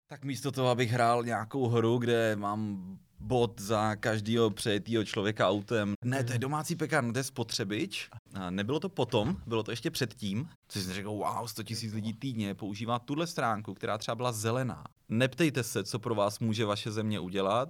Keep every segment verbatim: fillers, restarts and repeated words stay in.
Tak místo toho, abych hrál nějakou hru, kde mám bod za každého přejetýho člověka autem. Ne, to je domácí pekárna, to je spotřebič. A nebylo to potom, bylo to ještě předtím. Což jsem řekl, wow, sto tisíc lidí týdně používá tuhle stránku, která třeba byla zelená. Neptejte se, co pro vás může vaše země udělat.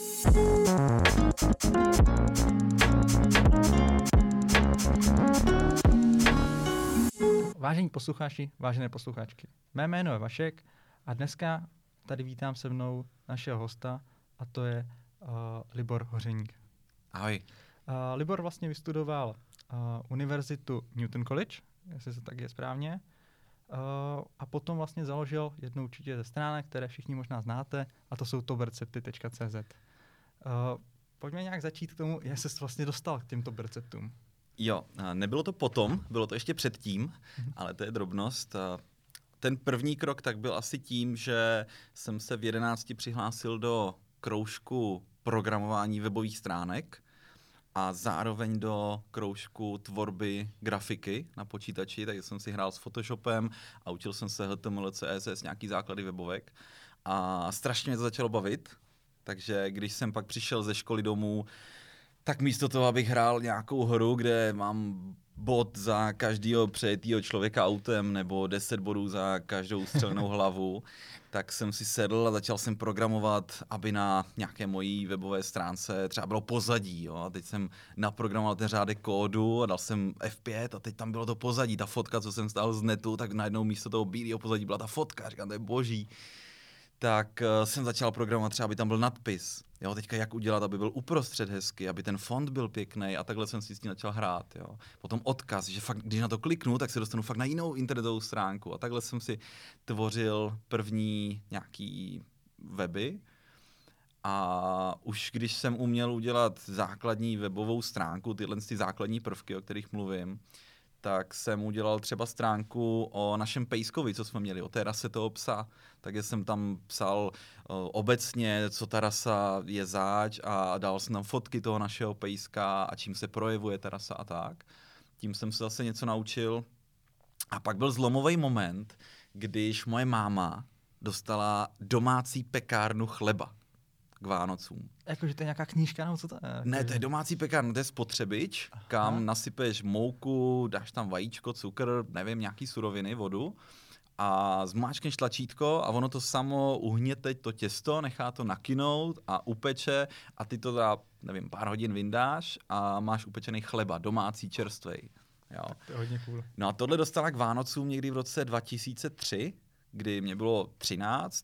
Vážení posluchači, vážené posluchačky, mé jméno je Vašek a dneska tady vítám se mnou našeho hosta a to je uh, Libor Hořeník. Ahoj. Uh, Libor vlastně vystudoval uh, univerzitu Newton College, jestli se tak je správně, uh, a potom vlastně založil jednu určitě ze stránek, které všichni možná znáte, a to jsou toprecepty tečka cé zet. Uh, pojďme nějak začít k tomu, jak se vlastně dostal k těmto receptům. Jo, nebylo to potom, bylo to ještě předtím, mm-hmm. ale to je drobnost. Ten první krok tak byl asi tím, že jsem se v jedenácti přihlásil do kroužku programování webových stránek a zároveň do kroužku tvorby grafiky na počítači, takže jsem si hrál s Photoshopem a učil jsem se H T M L, C S S, nějaký základy webovek a strašně mě to začalo bavit, takže když jsem pak přišel ze školy domů, tak místo toho, abych hrál nějakou hru, kde mám bod za každého přejetýho člověka autem nebo deset bodů za každou střelnou hlavu, tak jsem si sedl a začal jsem programovat, aby na nějaké mojí webové stránce třeba bylo pozadí. Jo? A teď jsem naprogramoval ten řádek kódu a dal jsem F pět a teď tam bylo to pozadí. Ta fotka, co jsem stál z netu, tak najednou místo toho bílého pozadí byla ta fotka. Říkám, to je boží. Tak uh, jsem začal programovat třeba, aby tam byl nadpis. Jo, teďka jak udělat, aby byl uprostřed hezky, aby ten font byl pěkný a takhle jsem si s tím začal hrát. Jo. Potom odkaz, že fakt, když na to kliknu, tak se dostanu fakt na jinou internetovou stránku a takhle jsem si tvořil první nějaký weby a už když jsem uměl udělat základní webovou stránku, tyhle ty základní prvky, o kterých mluvím, tak jsem udělal třeba stránku o našem pejskovi, co jsme měli, o té rase toho psa. Takže jsem tam psal uh, obecně, co ta rasa je zač a dal jsem tam fotky toho našeho pejska a čím se projevuje ta rasa a tak. Tím jsem se zase něco naučil. A pak byl zlomový moment, když moje máma dostala domácí pekárnu chleba k Vánocům. Jakože to je nějaká knížka, nebo co to je? Ne, to je domácí pekárna, to je spotřebič, Aha. kam nasypeš mouku, dáš tam vajíčko, cukr, nevím, nějaký suroviny, vodu a zmáčkneš tlačítko a ono to samo uhněte to těsto, nechá to nakynout a upeče a ty to za, nevím, pár hodin vyndáš a máš upečený chleba, domácí, čerstvej. Jo. To je hodně cool. No a tohle dostala k Vánocům někdy v roce dva tisíce tři, kdy mě bylo třináct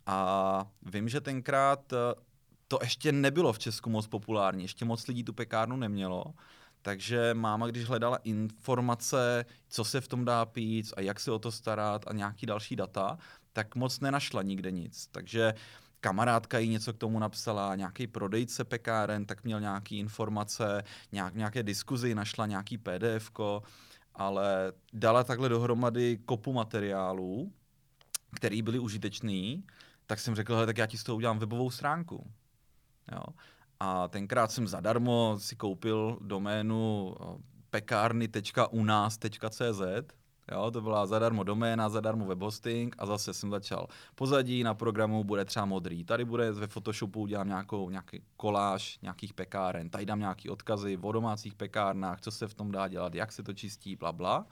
a vím, že tenkrát to ještě nebylo v Česku moc populární, ještě moc lidí tu pekárnu nemělo, takže máma, když hledala informace, co se v tom dá pít a jak se o to starat a nějaký další data, tak moc nenašla nikde nic. Takže kamarádka jí něco k tomu napsala, nějaký prodejce pekáren, tak měl nějaký informace, nějak, nějaké diskuzi, našla nějaký P D F ko, ale dala takhle dohromady kopu materiálů, který byly užitečný, tak jsem řekl, hele, tak já ti z toho udělám webovou stránku. Jo. A tenkrát jsem zadarmo si koupil doménu pekárny tečka u nás tečka cé zet. Jo, to byla zadarmo doména, zadarmo webhosting a zase jsem začal pozadí na programu bude třeba modrý. Tady bude ve Photoshopu udělám nějakou, nějaký koláž nějakých pekáren. Tady dám nějaký odkazy o domácích pekárnách, co se v tom dá dělat, jak se to čistí, bla, bla.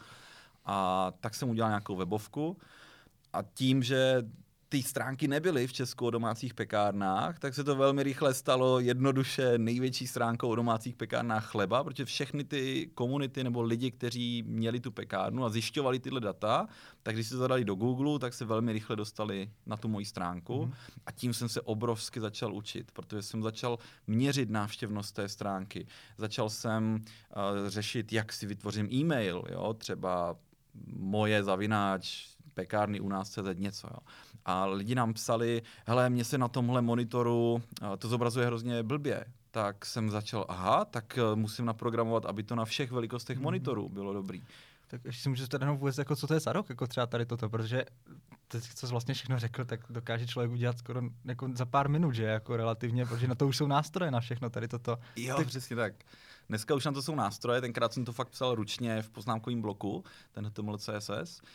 A tak jsem udělal nějakou webovku a tím, že ty stránky nebyly v Česku o domácích pekárnách, tak se to velmi rychle stalo jednoduše největší stránkou o domácích pekárnách chleba, protože všechny ty komunity nebo lidi, kteří měli tu pekárnu a zjišťovali tyhle data, tak když se zadali do Google, tak se velmi rychle dostali na tu moji stránku mm. a tím jsem se obrovsky začal učit, protože jsem začal měřit návštěvnost té stránky. Začal jsem uh, řešit, jak si vytvořím e-mail, jo? Třeba moje zavináč pekárny u nás tečka cé zet něco. Jo. A lidi nám psali, hele, mně se na tomhle monitoru to zobrazuje hrozně blbě. Tak jsem začal, aha, tak musím naprogramovat, aby to na všech velikostech mm. monitorů bylo dobrý. Tak ještě si můžu teda jenom vůbec, jako, co to je za rok, jako třeba tady toto, protože teď, co jsi vlastně všechno řekl, tak dokáže člověk udělat skoro jako za pár minut, že jako relativně, protože na to už jsou nástroje na všechno tady toto. Jo, tak... přesně tak. Dneska už na to jsou nástroje, tenkrát jsem to fakt psal ručně v poznámkovém bloku, ten H T M L, C S S.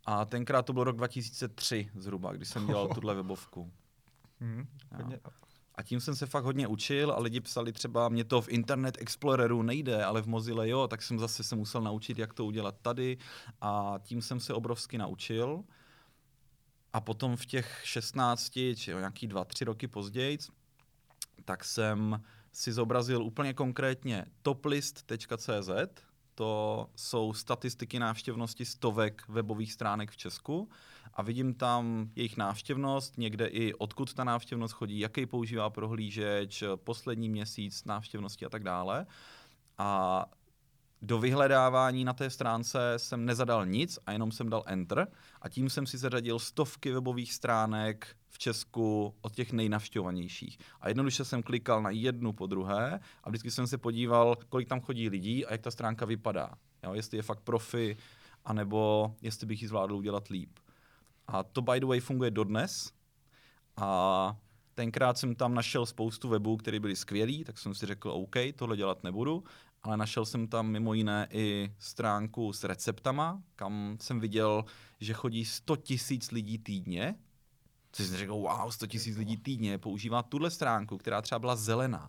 A tenkrát to byl rok dva tisíce tři zhruba, když jsem dělal tuhle webovku. Hmm, hodně... A tím jsem se fakt hodně učil a lidi psali třeba, mě to v Internet Exploreru nejde, ale v Mozilla jo, tak jsem zase se musel naučit, jak to udělat tady a tím jsem se obrovsky naučil. A potom v těch šestnácti, či nějaký dva, tři roky později, tak jsem si zobrazil úplně konkrétně toplist tečka cé zet. To jsou statistiky návštěvnosti stovek webových stránek v Česku a vidím tam jejich návštěvnost, někde i odkud ta návštěvnost chodí, jaký používá prohlížeč, poslední měsíc návštěvnosti a tak dále. A do vyhledávání na té stránce jsem nezadal nic a jenom jsem dal enter a tím jsem si zařadil stovky webových stránek v Česku od těch nejnavštěvovanějších. A jednoduše jsem klikal na jednu po druhé a vždycky jsem se podíval, kolik tam chodí lidí a jak ta stránka vypadá. Jo, jestli je fakt profi, anebo jestli bych ji zvládl udělat líp. A to by the way funguje dodnes. A tenkrát jsem tam našel spoustu webů, které byly skvělý, tak jsem si řekl, OK, tohle dělat nebudu. Ale našel jsem tam mimo jiné i stránku s receptama, kam jsem viděl, že chodí sto tisíc lidí týdně. Což jsem řekl, wow, sto tisíc lidí týdně používá tuhle stránku, která třeba byla zelená.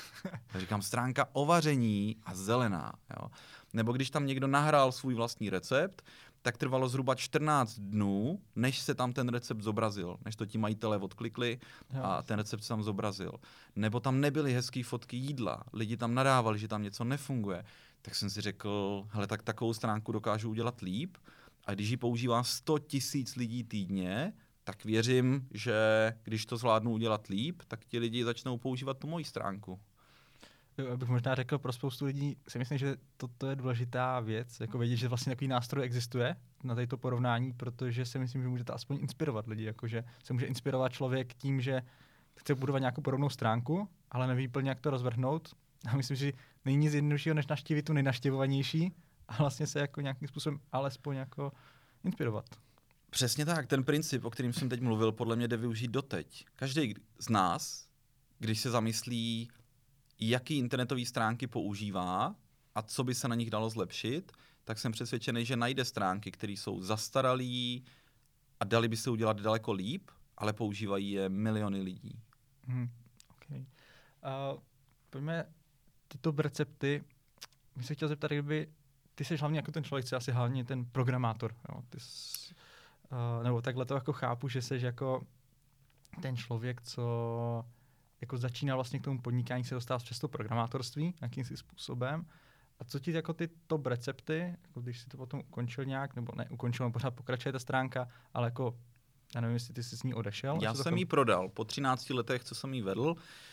Já říkám, stránka o vaření a zelená. Jo. Nebo když tam někdo nahrál svůj vlastní recept, tak trvalo zhruba čtrnáct dnů, než se tam ten recept zobrazil, než to ti majitelé odklikli a ten recept se tam zobrazil. Nebo tam nebyly hezký fotky jídla, lidi tam nadávali, že tam něco nefunguje. Tak jsem si řekl, hele, tak takovou stránku dokážu udělat líp a když ji používá sto tisíc lidí týdně, tak věřím, že když to zvládnu udělat líp, tak ti lidi začnou používat tu moji stránku. Jo, abych možná řekl, pro spoustu lidí si myslím, že toto je důležitá věc, jako vědět, že vlastně takový nástroj existuje na této porovnání, protože si myslím, že můžete aspoň inspirovat lidi, jakože se může inspirovat člověk tím, že chce budovat nějakou podobnou stránku, ale neví plně, jak to rozvrhnout. A myslím, že není nic jednoduššího, než navštívit tu nejnavštěvovanější a vlastně se jako nějakým způsobem alespoň jako inspirovat. Přesně tak, ten princip, o kterým jsem teď mluvil, podle mě jde využít doteď. Každý z nás, když se zamyslí, jaký internetové stránky používá a co by se na nich dalo zlepšit, tak jsem přesvědčený, že najde stránky, které jsou zastaralý a dali by se udělat daleko líp, ale používají je miliony lidí. Hmm, okay. uh, pojďme tyto recepty. Bych se chtěl zeptat, kdyby ty jsi hlavně jako ten člověk, co asi hlavně ten programátor. Jo? Ty jsi, uh, nebo takhle to jako chápu, že jsi jako ten člověk, co jako začínal vlastně k tomu podnikání, se dostal přes to programátorství nějakým si způsobem. A co ti jako ty top recepty, jako když si to potom ukončil nějak, nebo ne, ukončil, pořád pokračuje ta stránka, ale jako, já nevím, jestli ty jsi s ní odešel. Já jsem to... ji prodal. Po třinácti letech, co jsem ji vedl,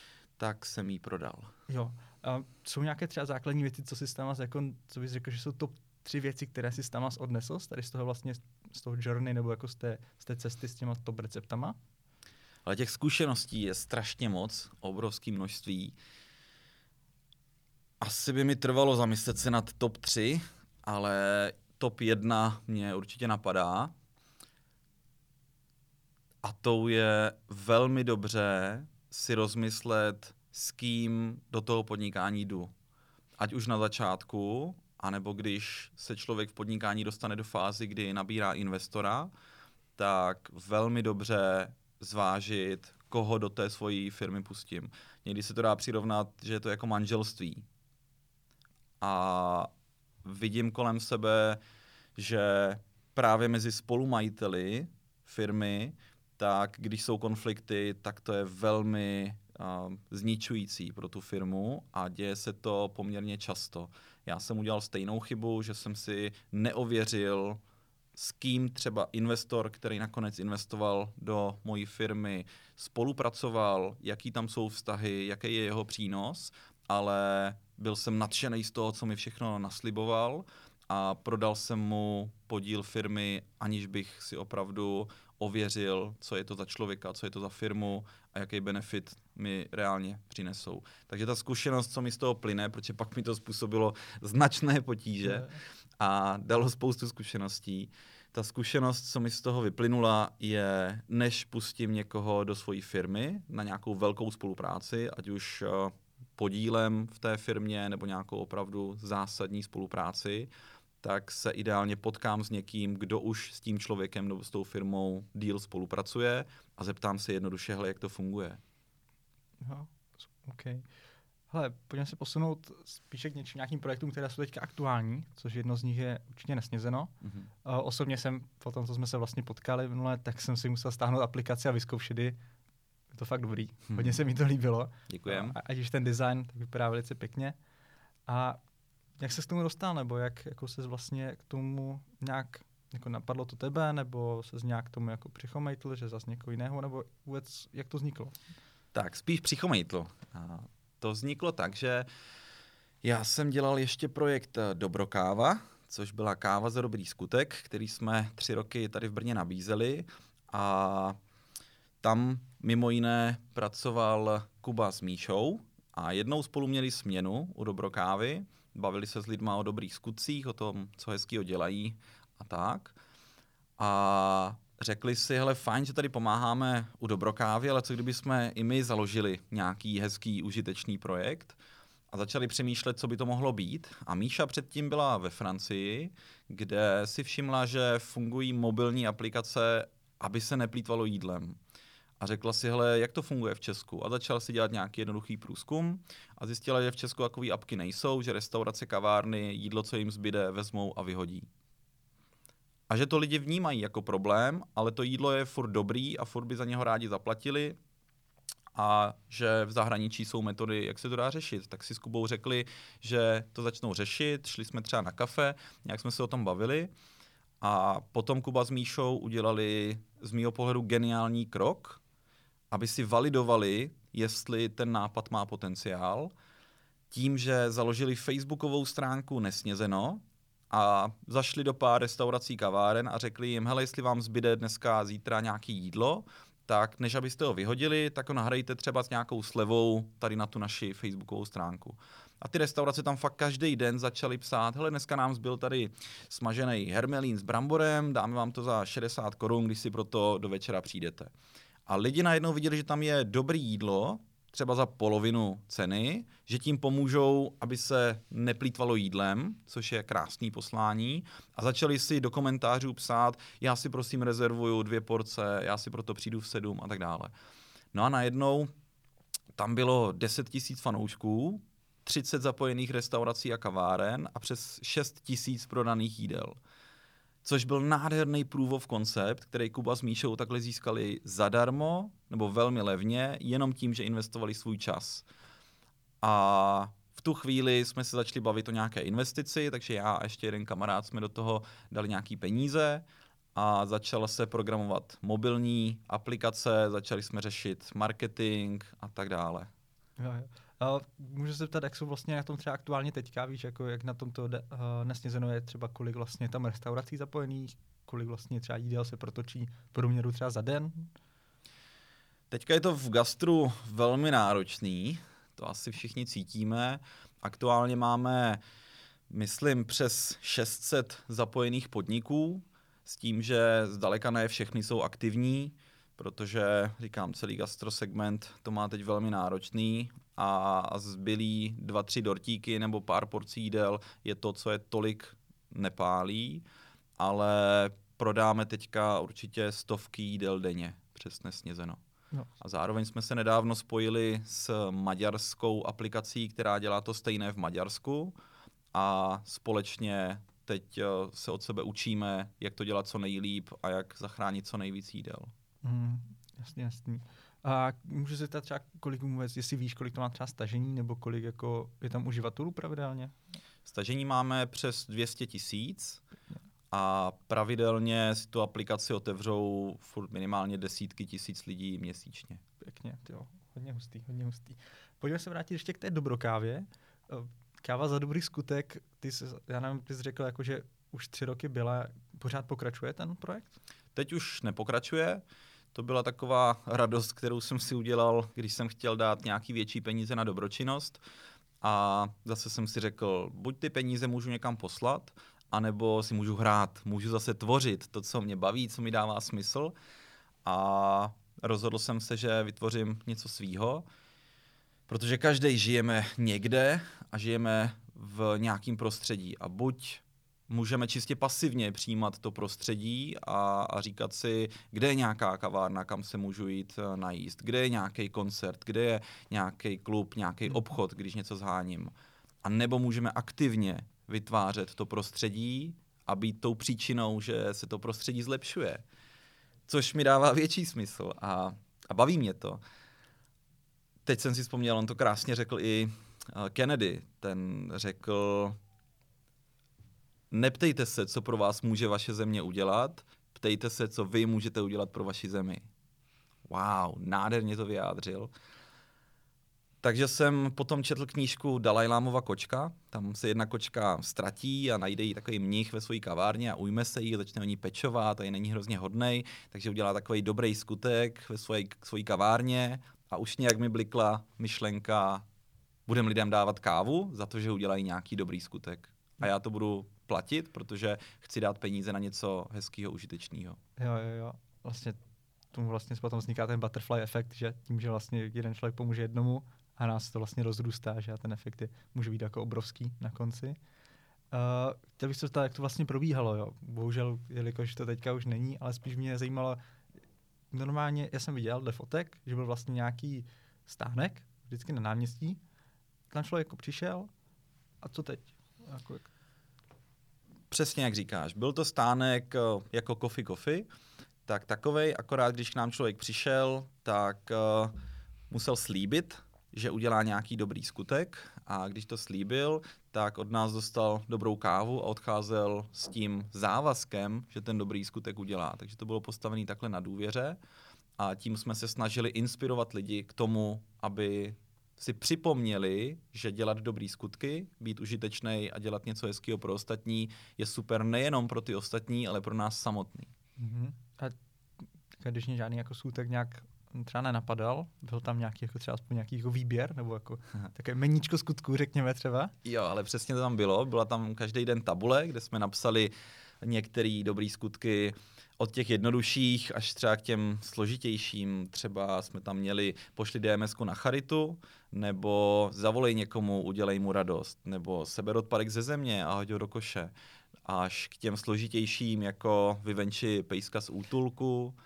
tak jsem ji prodal. Jo. A jsou nějaké třeba základní věci, co jsi tam, jako, co bys řekl, že jsou top tři věci, které jsi tam odnesl, tady z toho vlastně, z toho journey, nebo jako z té, z té cesty s těma top receptama? Ale těch zkušeností je strašně moc, obrovské množství. Asi by mi trvalo zamyslet se nad top tři, ale top jedna mě určitě napadá. A tou je velmi dobře si rozmyslet, s kým do toho podnikání jdu. Ať už na začátku, anebo když se člověk v podnikání dostane do fázy, kdy nabírá investora, tak velmi dobře zvážit, koho do té svojí firmy pustím. Někdy se to dá přirovnat, že je to jako manželství. A vidím kolem sebe, že právě mezi spolumajiteli firmy, tak když jsou konflikty, tak to je velmi uh, zničující pro tu firmu a děje se to poměrně často. Já jsem udělal stejnou chybu, že jsem si neověřil, s kým třeba investor, který nakonec investoval do mojí firmy, spolupracoval, jaký tam jsou vztahy, jaký je jeho přínos, ale byl jsem nadšený z toho, co mi všechno nasliboval a prodal jsem mu podíl firmy, aniž bych si opravdu ověřil, co je to za člověka, co je to za firmu a jaký benefit mi reálně přinesou. Takže ta zkušenost, co mi z toho plyne, protože pak mi to způsobilo značné potíže a dalo spoustu zkušeností. Ta zkušenost, co mi z toho vyplynula, je, než pustím někoho do své firmy na nějakou velkou spolupráci, ať už podílem v té firmě nebo nějakou opravdu zásadní spolupráci, tak se ideálně potkám s někým, kdo už s tím člověkem nebo s tou firmou deal spolupracuje a zeptám se jednoduše, hele, jak to funguje. Jo, OK. Hele, pojďme se posunout spíše k něčím, nějakým projektům, které jsou teďka aktuální, což jedno z nich je určitě Nesnězeno. Mm-hmm. Uh, osobně jsem, po tom, co jsme se vlastně potkali minule, tak jsem si musel stáhnout aplikaci a vyzkoušet ji. Je to fakt dobrý. Mm-hmm. Hodně se mi to líbilo. Děkujem. A, ať už ten design, tak vypadá velice pěkně. A jak se k tomu dostal, nebo jak jako se vlastně k tomu nějak jako napadlo to tebe, nebo se nějak k tomu jako přichomejtl, že zas někoho jiného, nebo vůbec jak to vzniklo? Tak, spíš přichomejtl. To vzniklo tak, že já jsem dělal ještě projekt Dobrokáva, což byla káva za dobrý skutek, který jsme tři roky tady v Brně nabízeli a tam mimo jiné pracoval Kuba s Míšou a jednou spolu měli směnu u Dobrokávy, bavili se s lidma o dobrých skutcích, o tom, co hezkýho dělají a tak. A řekli si, hele, fajn, že tady pomáháme u Dobrokávy, ale co kdyby jsme i my založili nějaký hezký, užitečný projekt a začali přemýšlet, co by to mohlo být. A Míša předtím byla ve Francii, kde si všimla, že fungují mobilní aplikace, aby se neplýtvalo jídlem. A řekla si, hele, jak to funguje v Česku? A začala si dělat nějaký jednoduchý průzkum a zjistila, že v Česku takové apky nejsou, že restaurace, kavárny, jídlo, co jim zbyde, vezmou a vyhodí. A že to lidi vnímají jako problém, ale to jídlo je furt dobrý a furt by za něho rádi zaplatili a že v zahraničí jsou metody, jak se to dá řešit. Tak si s Kubou řekli, že to začnou řešit, šli jsme třeba na kafe, nějak jsme se o tom bavili a potom Kuba s Míšou udělali z mýho pohledu geniální krok, aby si validovali, jestli ten nápad má potenciál, tím, že založili facebookovou stránku Nesnězeno, a zašli do pár restaurací, kaváren a řekli jim, hele, jestli vám zbyde dneska, zítra nějaký jídlo, tak než abyste ho vyhodili, tak ho nahrajte třeba s nějakou slevou tady na tu naši facebookovou stránku. A ty restaurace tam fakt každý den začaly psát, hele, dneska nám zbyl tady smažený hermelín s bramborem, dáme vám to za šedesát korun, když si pro to do večera přijdete. A lidi najednou viděli, že tam je dobré jídlo, třeba za polovinu ceny, že tím pomůžou, aby se neplýtvalo jídlem, což je krásný poslání, a začali si do komentářů psát, já si prosím rezervuju dvě porce, já si proto přijdu v sedm a tak dále. No a najednou tam bylo deset tisíc fanoušků, třicet zapojených restaurací a kaváren a přes šest tisíc prodaných jídel. Což byl nádherný proof of concept, který Kuba s Míšou takhle získali zadarmo, nebo velmi levně, jenom tím, že investovali svůj čas. A v tu chvíli jsme se začali bavit o nějaké investici, takže já a ještě jeden kamarád jsme do toho dali nějaký peníze a začala se programovat mobilní aplikace, začali jsme řešit marketing a tak dále. Jo, jo. A můžu se zeptat, jak jsou vlastně na tom třeba aktuálně teďka, víš, jako jak na tomto de, uh, Nesnězeno je třeba, kolik vlastně tam restaurací zapojených, kolik vlastně třeba jídel se protočí v průměru třeba za den? Teďka je to v gastru velmi náročný, to asi všichni cítíme. Aktuálně máme, myslím, přes šest set zapojených podniků, s tím, že zdaleka ne všechny jsou aktivní, protože, říkám, celý gastrosegment to má teď velmi náročný a zbylý dva, tři dortíky nebo pár porcí jídel je to, co je tolik nepálí, ale prodáme teďka určitě stovky jídel denně přes Nesnězeno. No. A zároveň jsme se nedávno spojili s maďarskou aplikací, která dělá to stejné v Maďarsku a společně teď se od sebe učíme, jak to dělat co nejlíp a jak zachránit co nejvíc jídel. Mm, jasně, jasný. A můžu se zeptat třeba, kolik vůbec, jestli víš, kolik to má třeba stažení, nebo kolik jako je tam uživatelů pravidelně? Stažení máme přes dvě stě tisíc a pravidelně si tu aplikaci otevřou furt minimálně desítky tisíc lidí měsíčně. Pěkně, jo, hodně hustý, hodně hustý. Pojďme se vrátit ještě k té Dobrokávě. Káva za dobrý skutek, ty jsi, já nevím, ty jsi řekl, jako, že už tři roky byla, pořád pokračuje ten projekt? Teď už nepokračuje. To byla taková radost, kterou jsem si udělal, když jsem chtěl dát nějaký větší peníze na dobročinnost. A zase jsem si řekl, buď ty peníze můžu někam poslat, anebo si můžu hrát, můžu zase tvořit to, co mě baví, co mi dává smysl. A rozhodl jsem se, že vytvořím něco svýho, protože každý žijeme někde a žijeme v nějakém prostředí. A buď můžeme čistě pasivně přijímat to prostředí a, a říkat si, kde je nějaká kavárna, kam se můžu jít najíst, kde je nějaký koncert, kde je nějaký klub, nějaký obchod, když něco zháním. A nebo můžeme aktivně vytvářet to prostředí a být tou příčinou, že se to prostředí zlepšuje. Což mi dává větší smysl a, a baví mě to. Teď jsem si vzpomněl, on to krásně řekl i Kennedy. Ten řekl, neptejte se, co pro vás může vaše země udělat, ptejte se, co vy můžete udělat pro vaši zemi. Wow, nádherně to vyjádřil. Takže jsem potom četl knížku Dalajlámova kočka. Tam se jedna kočka ztratí a najde jí takový mnich ve své kavárně a ujme se jí, začne o ní pečovat a je není hrozně hodnej, takže udělá takový dobrý skutek ve své svojí kavárně a už nějak mi blikla myšlenka, budem lidem dávat kávu za to, že udělají nějaký dobrý skutek. A já to budu platit, protože chci dát peníze na něco hezkého, užitečného. Jo, jo, jo. Vlastně tomu vlastně potom vzniká ten butterfly efekt, že tím, že vlastně jeden člověk pomůže jednomu a nás to vlastně rozrůstá, že a ten efekt je, může být jako obrovský na konci. Uh, chtěl bych se ptát, jak to vlastně probíhalo, jo. Bohužel, jelikož to teďka už není, ale spíš mě zajímalo, normálně, já jsem viděl dle fotek, že byl vlastně nějaký stánek, vždycky na náměstí, tam člověk jako přišel a co teď? Jako, jak... Přesně jak říkáš, byl to stánek jako coffee coffee, tak takovej, akorát když k nám člověk přišel, tak uh, musel slíbit, že udělá nějaký dobrý skutek a když to slíbil, tak od nás dostal dobrou kávu a odcházel s tím závazkem, že ten dobrý skutek udělá. Takže to bylo postavené takhle na důvěře a tím jsme se snažili inspirovat lidi k tomu, aby si připomněli, že dělat dobrý skutky, být užitečný a dělat něco hezkého pro ostatní je super nejenom pro ty ostatní, ale pro nás samotný. Mm-hmm. A když mě žádný jako skutek nějak třeba nenapadal, byl tam nějaký jako třeba aspoň nějaký jako výběr, nebo jako také meníčko skutků, řekněme třeba? Jo, ale přesně to tam bylo. Byla tam každý den tabule, kde jsme napsali některé dobré skutky od těch jednodušších až třeba k těm složitějším. Třeba jsme tam měli pošli D M S ku na charitu, nebo zavolej někomu, udělej mu radost, nebo seber odpadek ze země a hoď ho do koše. Až k těm složitějším, jako vyvenči pejska z útulku,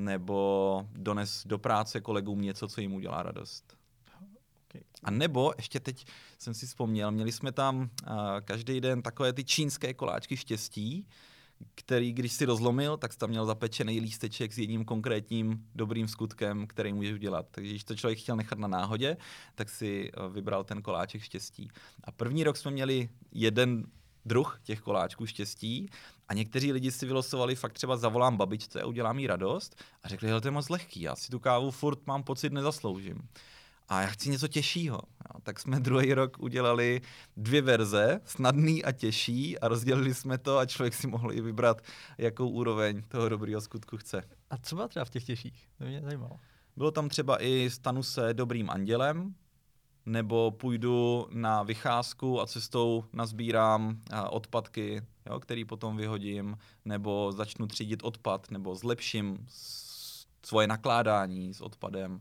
nebo dones do práce kolegům něco, co jim udělá radost. Okay. A nebo, ještě teď jsem si vzpomněl, měli jsme tam uh, každý den takové ty čínské koláčky štěstí, který, když si rozlomil, tak jsi tam měl zapečený lísteček s jedním konkrétním dobrým skutkem, který můžeš udělat. Takže když to člověk chtěl nechat na náhodě, tak si uh, vybral ten koláček štěstí. A první rok jsme měli jeden druh těch koláčků štěstí a někteří lidi si vylosovali fakt třeba zavolám babičce a udělám jí radost a řekli, hele, to je moc lehký, já si tu kávu furt mám pocit nezasloužím. A já chci něco těžšího. Jo, tak jsme druhý rok udělali dvě verze, snadný a těžší a rozdělili jsme to a člověk si mohl i vybrat, jakou úroveň toho dobrýho skutku chce. A co bylo třeba v těch těžších? To mě zajímalo. Bylo tam třeba i stanu se dobrým andělem, nebo půjdu na vycházku a cestou nazbírám odpadky, jo, který potom vyhodím, nebo začnu třídit odpad, nebo zlepším svoje nakládání s odpadem.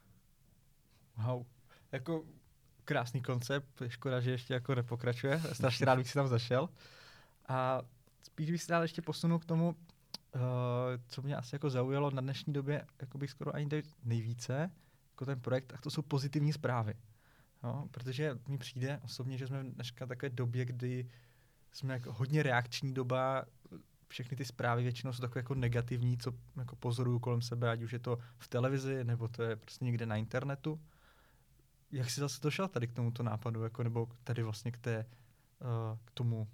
Wow. Jako krásný koncept, je škoda, že ještě jako nepokračuje, strašně rád bych si tam zašel. A spíš bych se dál ještě posunul k tomu, uh, co mě asi jako zaujalo na dnešní době, jako bych skoro ani nejvíce, jako ten projekt, a to jsou pozitivní zprávy. No, protože mi přijde osobně, že jsme dneska v takové době, kdy jsme jako hodně reakční doba, všechny ty zprávy většinou jsou takové jako negativní, co jako pozoruju kolem sebe, ať už je to v televizi, nebo to je prostě někde na internetu. Jak jsi zase došel tady k tomuto nápadu, jako, nebo tady vlastně k, té, uh, k tomu,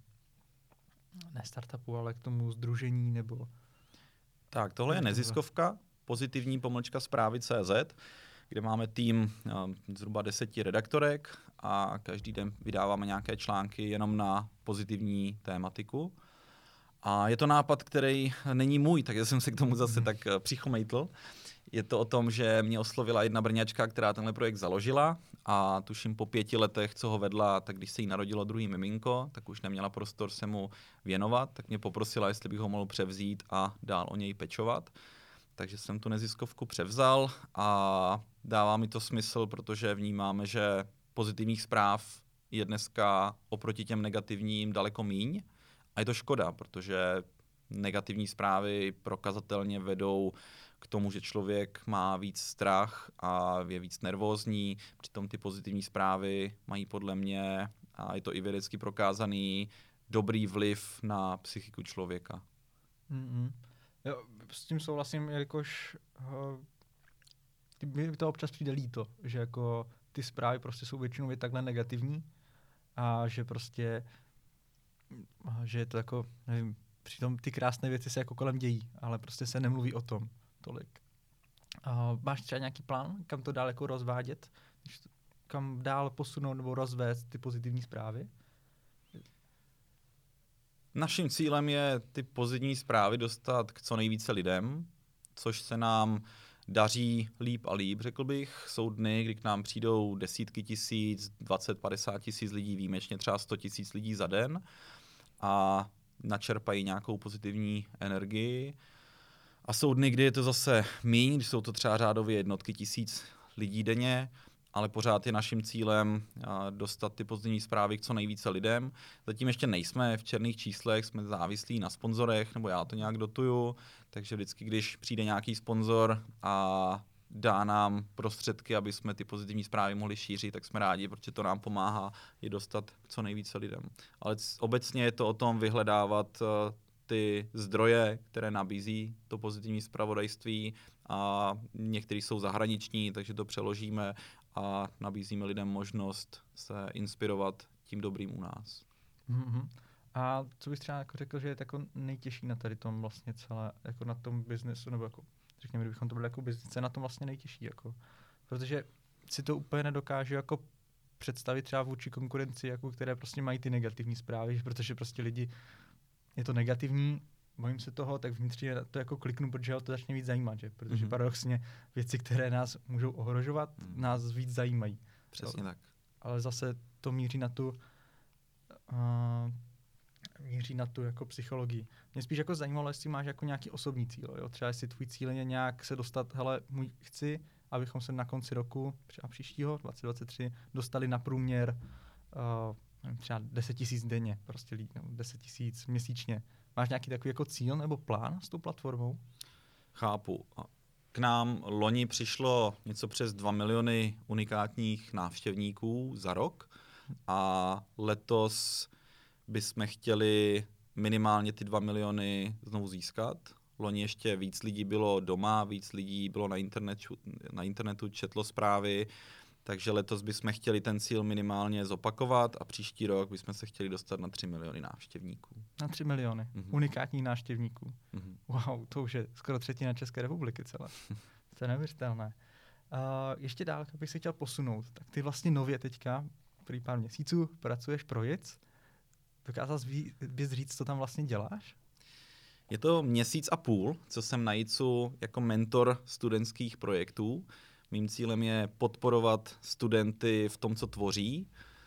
ne startupu, ale k tomu sdružení, nebo... Tak, tohle je neziskovka, pozitivní pomlčka zprávy tečka cé zet, kde máme tým uh, zhruba deseti redaktorek a každý den vydáváme nějaké články jenom na pozitivní tématiku. A je to nápad, který není můj, takže jsem se k tomu zase tak uh, přichomejtl. Je to o tom, že mě oslovila jedna Brňačka, která tenhle projekt založila a tuším po pěti letech, co ho vedla, tak když se jí narodilo druhý miminko, tak už neměla prostor se mu věnovat, tak mě poprosila, jestli bych ho mohl převzít a dál o něj pečovat. Takže jsem tu neziskovku převzal a dává mi to smysl, protože vnímáme, že pozitivních zpráv je dneska oproti těm negativním daleko míň A je to škoda, protože negativní zprávy prokazatelně vedou k tomu, že člověk má víc strach a je víc nervózní, přitom ty pozitivní zprávy mají podle mě, a je to i vědecky prokázaný, dobrý vliv na psychiku člověka. Mm-hmm. Jo, s tím souhlasím, jelikož uh, mi to občas přijde líto, že jako ty zprávy prostě jsou většinou takhle negativní a že prostě, že je to jako, nevím, přitom ty krásné věci se jako kolem dějí, ale prostě se nemluví o tom tolik. Uh, máš třeba nějaký plán, kam to dál jako rozvádět? Kam dál posunout nebo rozvést ty pozitivní zprávy? Naším cílem je ty pozitivní zprávy dostat k co nejvíce lidem, což se nám daří líp a líp, řekl bych. Jsou dny, kdy k nám přijdou desítky tisíc, dvacet, padesát tisíc lidí, výjimečně třeba sto tisíc lidí za den a načerpají nějakou pozitivní energii. A jsou dny, kdy je to zase míň, když jsou to třeba řádově jednotky tisíc lidí denně, ale pořád je naším cílem dostat ty pozitivní zprávy k co nejvíce lidem. Zatím ještě nejsme v černých číslech, jsme závislí na sponzorech, nebo já to nějak dotuju, takže vždycky, když přijde nějaký sponzor a dá nám prostředky, aby jsme ty pozitivní zprávy mohli šířit, tak jsme rádi, protože to nám pomáhá je dostat k co nejvíce lidem. Ale obecně je to o tom vyhledávat ty zdroje, které nabízí to pozitivní zpravodajství, a některý jsou zahraniční, takže to přeložíme a nabízíme lidem možnost se inspirovat tím dobrým u nás. Mm-hmm. A co bys třeba jako řekl, že je jako nejtěžší na tady tom vlastně celé, jako na tom biznesu, nebo jako, řekněme, kdybychom to byli jako biznis, je na tom vlastně nejtěžší, jako, protože si to úplně nedokážu jako představit třeba vůči konkurenci, jako, které prostě mají ty negativní zprávy, protože prostě lidi, je to negativní, bojím se toho, tak vnitřně to jako kliknu, protože ho to začne víc zajímat, že? Protože mm-hmm. paradoxně věci, které nás můžou ohrožovat, mm. nás víc zajímají. Přesně tak. Ale zase to míří na tu uh, míří na tu jako psychologii. Mě spíš jako zajímalo, jestli máš jako nějaký osobní cíl, jo? Třeba jestli tvůj cíl je nějak se dostat, hele, můj, chci, abychom se na konci roku, třeba příštího, dvacet dvacet tři, dostali na průměr uh, třeba deset tisíc denně, prostě líp, nebo deset tisíc měsíčně. Máš nějaký takový jako cíl nebo plán s tou platformou? Chápu. K nám loni přišlo něco přes dva miliony unikátních návštěvníků za rok a letos bychom chtěli minimálně ty dva miliony znovu získat. Loni ještě víc lidí bylo doma, víc lidí bylo na internetu, na internetu četlo zprávy, takže letos bychom chtěli ten cíl minimálně zopakovat a příští rok bychom se chtěli dostat na tři miliony návštěvníků. Na tři miliony mm-hmm. unikátních návštěvníků. Mm-hmm. Wow, to už je skoro třetina České republiky celé. To je neuvěřitelné. Uh, ještě dál, bych se chtěl posunout. Tak ty vlastně nově teďka, prý pár měsíců, pracuješ pro J I C. Dokázal bys říct, co tam vlastně děláš? Je to měsíc a půl, co jsem na J I C u jako mentor studentských projektů. Mým cílem je podporovat studenty v tom, co tvoří.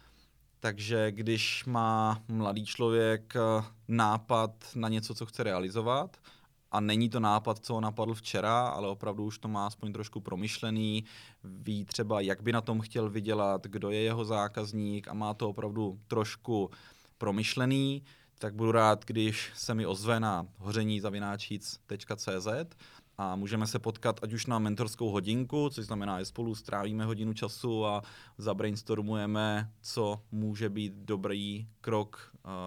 Takže když má mladý člověk nápad na něco, co chce realizovat, a není to nápad, co ho napadl včera, ale opravdu už to má aspoň trošku promyšlený, ví třeba, jak by na tom chtěl vydělat, kdo je jeho zákazník a má to opravdu trošku promyšlený, tak budu rád, když se mi ozve na hoření zavináč tečka cé zet a můžeme se potkat ať už na mentorskou hodinku, což znamená, že spolu strávíme hodinu času a zabrainstormujeme, co může být dobrý krok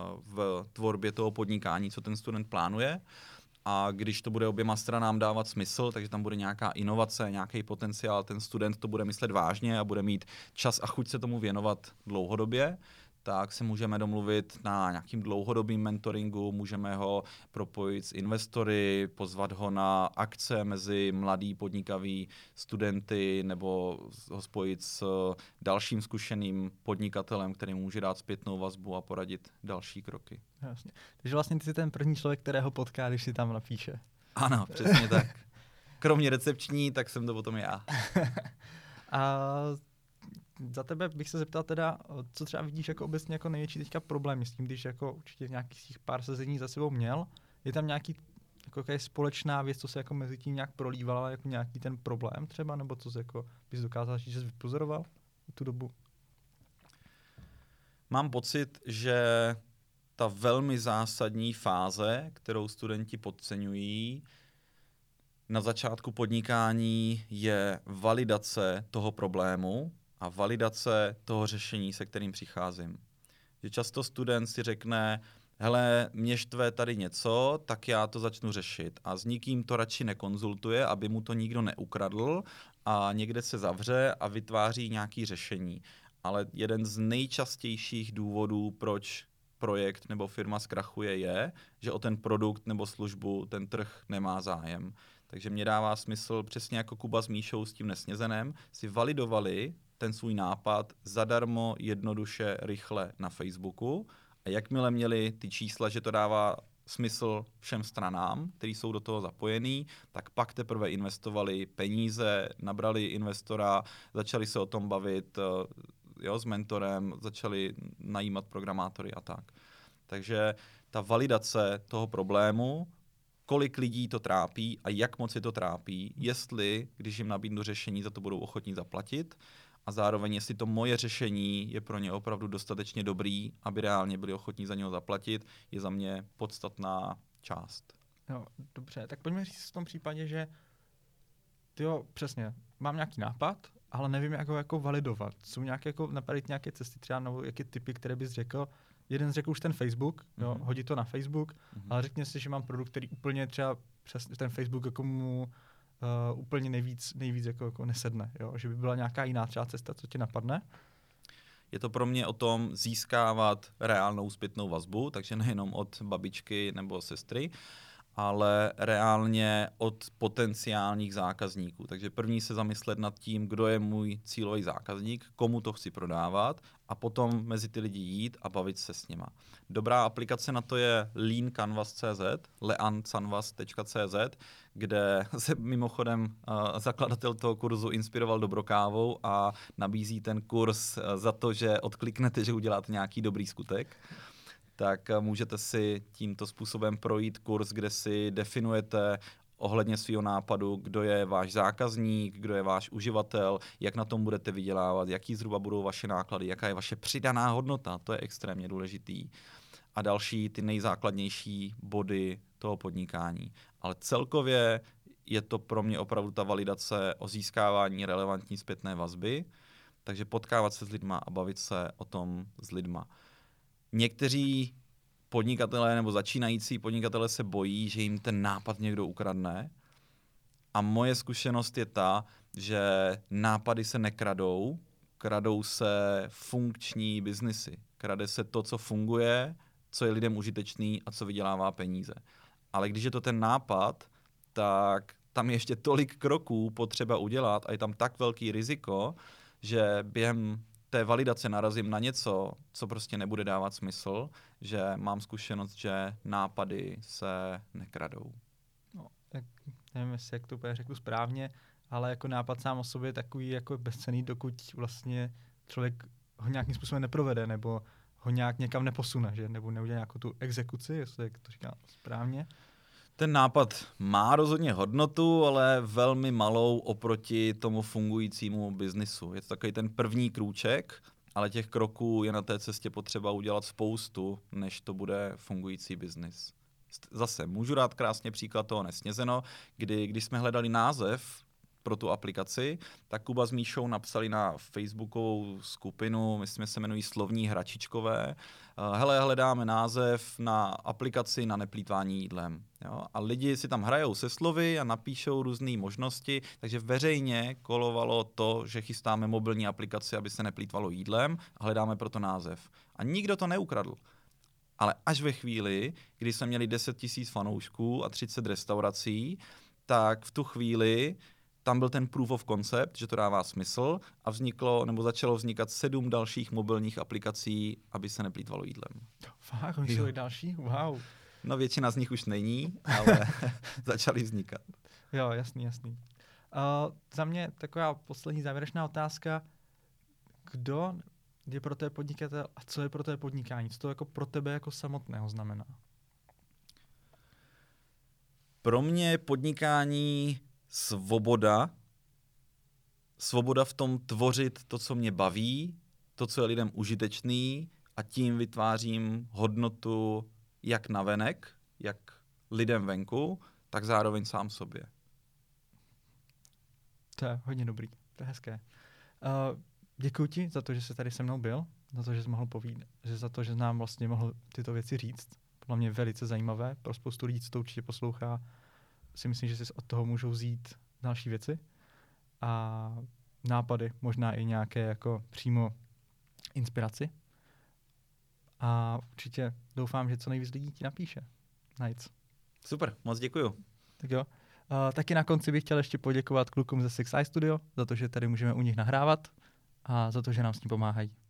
v tvorbě toho podnikání, co ten student plánuje. A když to bude oběma stranám dávat smysl, takže tam bude nějaká inovace, nějaký potenciál, ten student to bude myslet vážně a bude mít čas a chuť se tomu věnovat dlouhodobě, tak se můžeme domluvit na nějakým dlouhodobým mentoringu, můžeme ho propojit s investory, pozvat ho na akce mezi mladý podnikavý studenty nebo ho spojit s dalším zkušeným podnikatelem, který může dát zpětnou vazbu a poradit další kroky. Jasně. Takže vlastně ty jsi ten první člověk, kterého potká, když si tam napíše. Ano, přesně tak. Kromě recepční, tak jsem to potom já. A za tebe bych se zeptal teda, co třeba vidíš jako obecně jako největší teďka problém s tím, když jako určitě nějakých pár sezení za sebou měl. Je tam nějaký jako společná věc, co se jako mezi tím nějak prolívala, jako nějaký ten problém třeba, nebo co jsi jako bys dokázal říct, že jsi vypozoroval tu dobu? Mám pocit, že ta velmi zásadní fáze, kterou studenti podceňují na začátku podnikání, je validace toho problému a validace toho řešení, se kterým přicházím. Že často student si řekne, hele, mě štve tady něco, tak já to začnu řešit. A s nikým to radši nekonzultuje, aby mu to nikdo neukradl a někde se zavře a vytváří nějaké řešení. Ale jeden z nejčastějších důvodů, proč projekt nebo firma zkrachuje, je, že o ten produkt nebo službu ten trh nemá zájem. Takže mě dává smysl, přesně jako Kuba s Míšou s tím Nesnězenem, si validovali ten svůj nápad zadarmo, jednoduše, rychle na Facebooku. A jakmile měli ty čísla, že to dává smysl všem stranám, kteří jsou do toho zapojení, tak pak teprve investovali peníze, nabrali investora, začali se o tom bavit jo, s mentorem, začali najímat programátory a tak. Takže ta validace toho problému, kolik lidí to trápí a jak moc je to trápí, jestli, když jim nabídnu řešení, za to budou ochotní zaplatit, a zároveň, jestli to moje řešení je pro ně opravdu dostatečně dobrý, aby reálně byli ochotní za něho zaplatit, je za mě podstatná část. Jo, dobře, tak pojďme říct v tom případě, že tyjo, přesně, mám nějaký nápad, ale nevím, jak ho jako validovat. Jsou nějaké, jako, napadit nějaké cesty třeba, nebo jaké typy, které bys řekl. Jeden řekl už ten Facebook, mm-hmm. jo, hodí to na Facebook, mm-hmm. ale řekni si, že mám produkt, který úplně třeba přes ten Facebook jako mu Uh, úplně nejvíc, nejvíc jako, jako nesedne, jo? Že by byla nějaká jiná třeba cesta, co ti napadne? Je to pro mě o tom získávat reálnou zpětnou vazbu, takže nejenom od babičky nebo sestry, ale reálně od potenciálních zákazníků. Takže první se zamyslet nad tím, kdo je můj cílový zákazník, komu to chci prodávat a potom mezi ty lidi jít a bavit se s nima. Dobrá aplikace na to je lean canvas tečka cé zet, lean canvas tečka cé zet, kde se mimochodem uh, zakladatel toho kurzu inspiroval Dobrokávou a nabízí ten kurz uh, za to, že odkliknete, že uděláte nějaký dobrý skutek. Tak můžete si tímto způsobem projít kurz, kde si definujete ohledně svého nápadu, kdo je váš zákazník, kdo je váš uživatel, jak na tom budete vydělávat, jaký zhruba budou vaše náklady, jaká je vaše přidaná hodnota, to je extrémně důležitý. A další ty nejzákladnější body toho podnikání. Ale celkově je to pro mě opravdu ta validace o získávání relevantní zpětné vazby, takže potkávat se s lidma a bavit se o tom s lidma. Někteří podnikatelé nebo začínající podnikatelé se bojí, že jim ten nápad někdo ukradne. A moje zkušenost je ta, že nápady se nekradou, kradou se funkční biznisy. Krade se to, co funguje, co je lidem užitečný a co vydělává peníze. Ale když je to ten nápad, tak tam je ještě tolik kroků potřeba udělat a je tam tak velký riziko, že během té validace narazím na něco, co prostě nebude dávat smysl, že mám zkušenost, že nápady se nekradou. No, tak nevím, jestli jak to úplně řeknu správně, ale jako nápad sám o sobě je takový jako bezcenný, dokud vlastně člověk ho nějakým způsobem neprovede, nebo ho nějak někam neposune, že? Nebo neudělá nějakou tu exekuci, jestli to říkám správně. Ten nápad má rozhodně hodnotu, ale velmi malou oproti tomu fungujícímu biznisu. Je to takový ten první krůček, ale těch kroků je na té cestě potřeba udělat spoustu, než to bude fungující biznis. Zase můžu dát krásně příklad toho Nesnězeno, kdy když jsme hledali název pro tu aplikaci, tak Kuba s Míšou napsali na facebookovou skupinu, myslím, že se jmenují Slovní hračičkové, hele, hledáme název na aplikaci na neplýtvání jídlem. Jo? A lidi si tam hrajou se slovy a napíšou různé možnosti, takže veřejně kolovalo to, že chystáme mobilní aplikaci, aby se neplýtvalo jídlem a hledáme proto název. A nikdo to neukradl. Ale až ve chvíli, kdy jsme měli deset tisíc fanoušků a třicet restaurací, tak v tu chvíli tam byl ten proof of concept, že to dává smysl a vzniklo, nebo začalo vznikat sedm dalších mobilních aplikací, aby se neplýtvalo jídlem. Fakt, oni jsou i další? Wow. No většina z nich už není, ale začaly vznikat. Jo, jasný, jasný. Uh, za mě taková poslední závěrečná otázka. Kdo je pro tebe podnikatel a co je pro tebe podnikání? Co to jako pro tebe jako samotného znamená? Pro mě je podnikání svoboda. Svoboda v tom tvořit to, co mě baví, to, co je lidem užitečný a tím vytvářím hodnotu jak navenek, jak lidem venku, tak zároveň sám sobě. To je hodně dobrý, to je hezké. Uh, děkuji ti za to, že jsi tady se mnou byl, za to, že jsi mohl povídat, že za to, že nám vlastně mohl tyto věci říct. Podle mě velice zajímavé, pro spoustu lidí, co to určitě poslouchá, si myslím, že si od toho můžou vzít další věci a nápady, možná i nějaké jako přímo inspiraci. A určitě doufám, že co nejvíc lidí ti napíše. Nice. Super, moc děkuju. Tak jo. Uh, taky na konci bych chtěl ještě poděkovat klukům ze Six Eye Studio za to, že tady můžeme u nich nahrávat a za to, že nám s tím pomáhají.